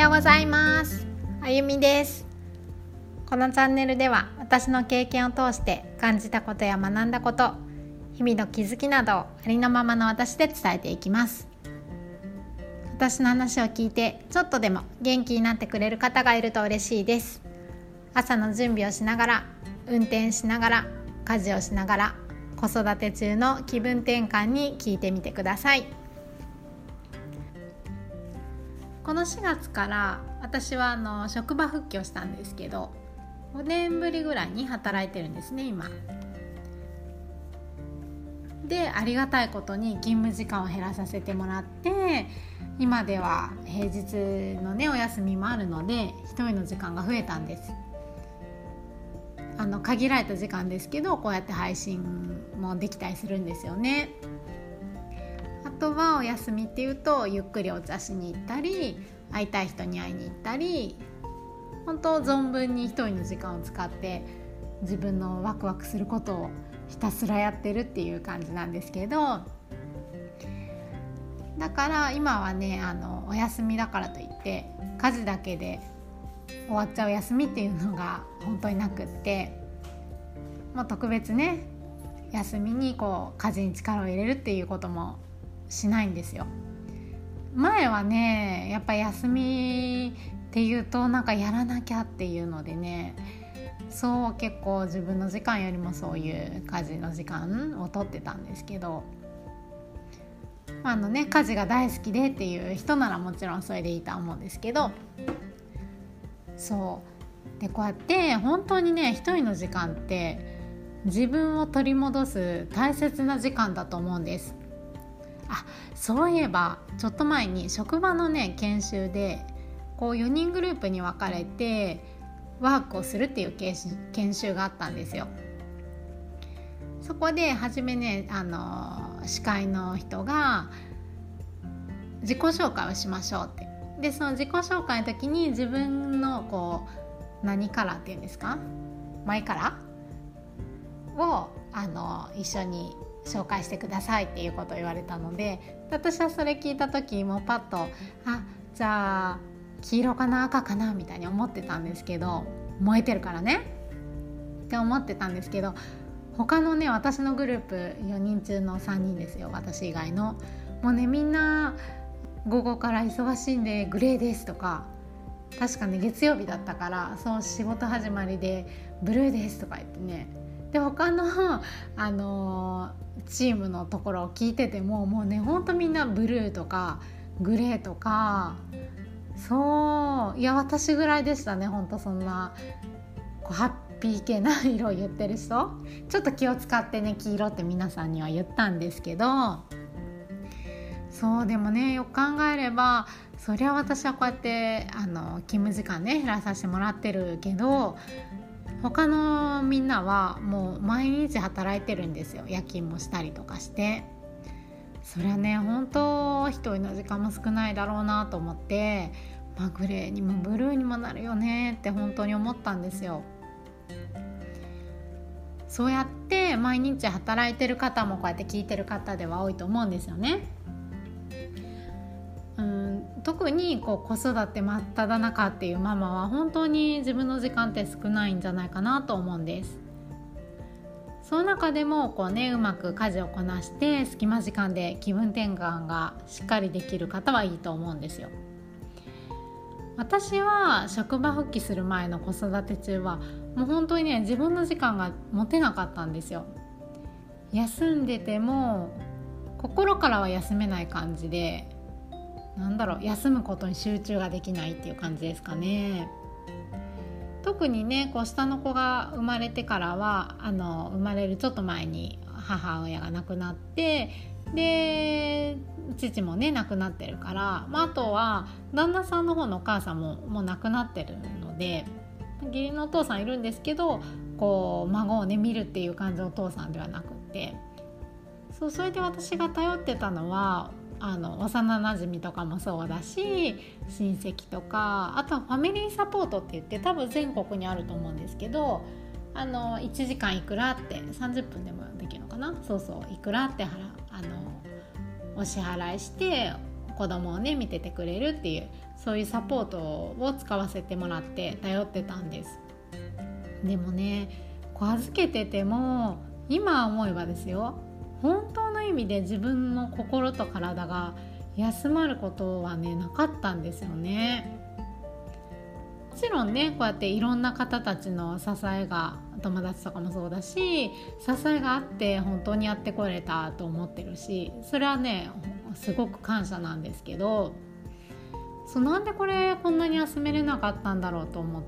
ようございます。あゆみです。このチャンネルでは私の経験を通して感じたことや学んだこと、日々の気づきなどをありのままの私で伝えていきます。私の話を聞いてちょっとでも元気になってくれる方がいると嬉しいです。朝の準備をしながら、運転しながら、家事をしながら、子育て中の気分転換に聞いてみてください。この4月から私は職場復帰をしたんですけど、5年ぶりぐらいに働いてるんですね今で。ありがたいことに勤務時間を減らさせてもらって、今では平日のねお休みもあるので一人の時間が増えたんです。限られた時間ですけど、こうやって配信もできたりするんですよね。あとはお休みっていうと、ゆっくりお茶しに行ったり、会いたい人に会いに行ったり、本当存分に一人の時間を使って自分のワクワクすることをひたすらやってるっていう感じなんですけど、だから今はねお休みだからといって家事だけで終わっちゃう休みっていうのが本当になくって、もう特別ね休みに家事に力を入れるっていうこともしないんですよ。前はねやっぱり休みっていうとなんかやらなきゃっていうのでね、そう結構自分の時間よりもそういう家事の時間を取ってたんですけど、家事が大好きでっていう人ならもちろんそれでいいと思うんですけど、そうでこうやって本当にね一人の時間って自分を取り戻す大切な時間だと思うんです。そういえばちょっと前に職場のね研修で4人グループに分かれてワークをするっていう研修があったんですよ。そこで初めね司会の人が自己紹介をしましょうって。でその自己紹介の時に自分の何カラーっていうんですか、マイカラーを一緒に紹介してくださいっていうことを言われたので、私はそれ聞いた時もパッとじゃあ黄色かな赤かなみたいに思ってたんですけど、燃えてるからねって思ってたんですけど、他のね私のグループ4人中の3人ですよ、私以外の。もうねみんな午後から忙しいんでグレーですとか、確かね月曜日だったからそう仕事始まりでブルーですとか言ってね、で他のチームのところを聞いててももうねほんとみんなブルーとかグレーとか、そういや私ぐらいでしたね。ほんとそんなハッピー系な色を言ってる人、ちょっと気を使ってね黄色って皆さんには言ったんですけど、そうでもねよく考えればそりゃ私はこうやって勤務時間ね減らさせてもらってるけど、他のみんなはもう毎日働いてるんですよ。夜勤もしたりとかして、そりゃね本当一人の時間も少ないだろうなと思って、グレーにもブルーにもなるよねって本当に思ったんですよ。そうやって毎日働いてる方もこうやって聞いてる方では多いと思うんですよね。特に子育て真っ只中っていうママは本当に自分の時間って少ないんじゃないかなと思うんです。その中でもうまく家事をこなして隙間時間で気分転換がしっかりできる方はいいと思うんですよ。私は職場復帰する前の子育て中はもう本当にね自分の時間が持てなかったんですよ。休んでても心からは休めない感じで、休むことに集中ができないっていう感じですかね。特にね下の子が生まれてからは生まれるちょっと前に母親が亡くなって、で父もね亡くなってるから、あとは旦那さんの方のお母さんもう亡くなってるので、義理のお父さんいるんですけど孫をね見るっていう感じのお父さんではなくって、それで私が頼ってたのは幼なじみとかもそうだし、親戚とか、あとはファミリーサポートって言って多分全国にあると思うんですけど、1時間いくらって30分でもできるのかな、いくらってお支払いして子供をね見ててくれるっていう、そういうサポートを使わせてもらって頼ってたんです。でもね、預けてても今思えばですよ、本当の意味で自分の心と体が休まることはねなかったんですよね。もちろんね、こうやっていろんな方たちの支えが、友達とかもそうだし、支えがあって本当にやってこれたと思ってるし、それはねすごく感謝なんですけど、なんでこんなに休めれなかったんだろうと思って、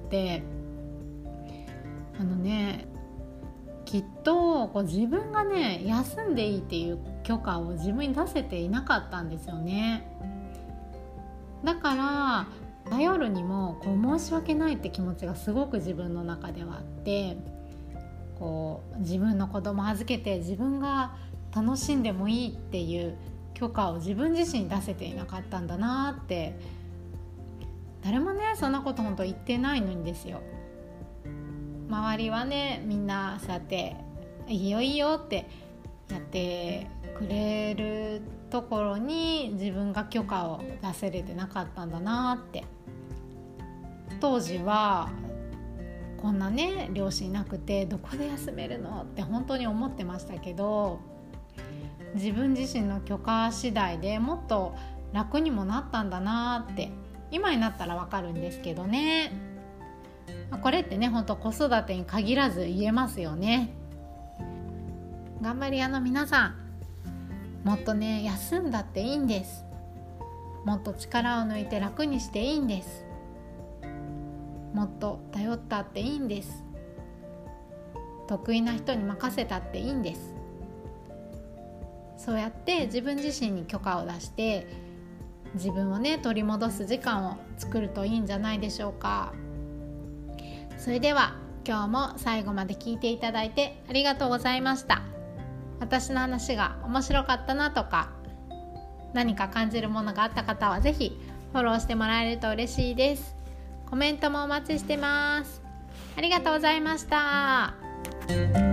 きっと自分がね休んでいいっていう許可を自分に出せていなかったんですよね。だから頼るにも申し訳ないって気持ちがすごく自分の中ではあって、自分の子供預けて自分が楽しんでもいいっていう許可を自分自身に出せていなかったんだなって。誰もねそんなこと本当言ってないのにですよ。周りはねみんなそうやっていいよいいよってやってくれるところに自分が許可を出せれてなかったんだなって。当時はこんなね両親いなくてどこで休めるのって本当に思ってましたけど、自分自身の許可次第でもっと楽にもなったんだなって今になったらわかるんですけどね。これってね本当子育てに限らず言えますよね。頑張り屋の皆さん、もっとね休んだっていいんです。もっと力を抜いて楽にしていいんです。もっと頼ったっていいんです。得意な人に任せたっていいんです。そうやって自分自身に許可を出して自分をね取り戻す時間を作るといいんじゃないでしょうか。それでは今日も最後まで聞いていただいてありがとうございました。私の話が面白かったなとか何か感じるものがあった方はぜひフォローしてもらえると嬉しいです。コメントもお待ちしてます。ありがとうございました。